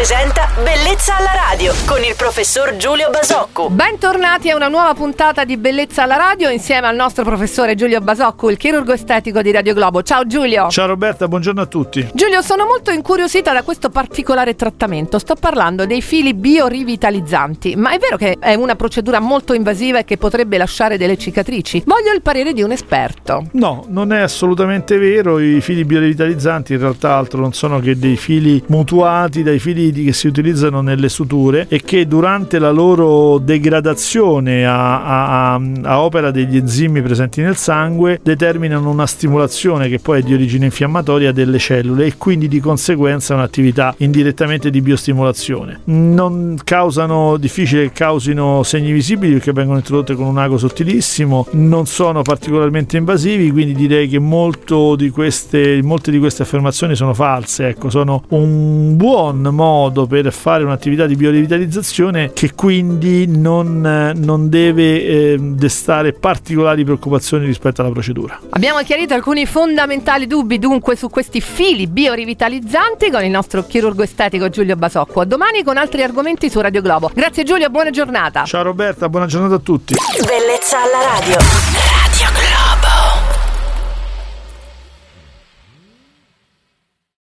presenta Bellezza alla radio con il professor Giulio Basocco. Bentornati a una nuova puntata di Bellezza alla radio insieme al nostro professore Giulio Basocco, il chirurgo estetico di Radio Globo. Ciao Giulio. Ciao Roberta, buongiorno a tutti. Giulio, sono molto incuriosita da questo particolare trattamento. Sto parlando dei fili biorivitalizzanti, ma è vero che è una procedura molto invasiva e che potrebbe lasciare delle cicatrici? Voglio il parere di un esperto. No, non è assolutamente vero. I fili biorivitalizzanti in realtà altro non sono che dei fili mutuati dai fili che si utilizzano nelle suture e che durante la loro degradazione a opera degli enzimi presenti nel sangue determinano una stimolazione che poi è di origine infiammatoria delle cellule e quindi di conseguenza un'attività indirettamente di biostimolazione. Non causano, difficile che causino segni visibili perché vengono introdotte con un ago sottilissimo, non sono particolarmente invasivi, quindi direi che molte di queste affermazioni sono false. Ecco, sono un buon modo per fare un'attività di biorivitalizzazione che quindi non deve destare particolari preoccupazioni rispetto alla procedura. Abbiamo chiarito alcuni fondamentali dubbi dunque su questi fili biorivitalizzanti con il nostro chirurgo estetico Giulio Basocco. A domani con altri argomenti su Radio Globo. Grazie Giulio, buona giornata. Ciao Roberta, buona giornata a tutti. Bellezza alla radio.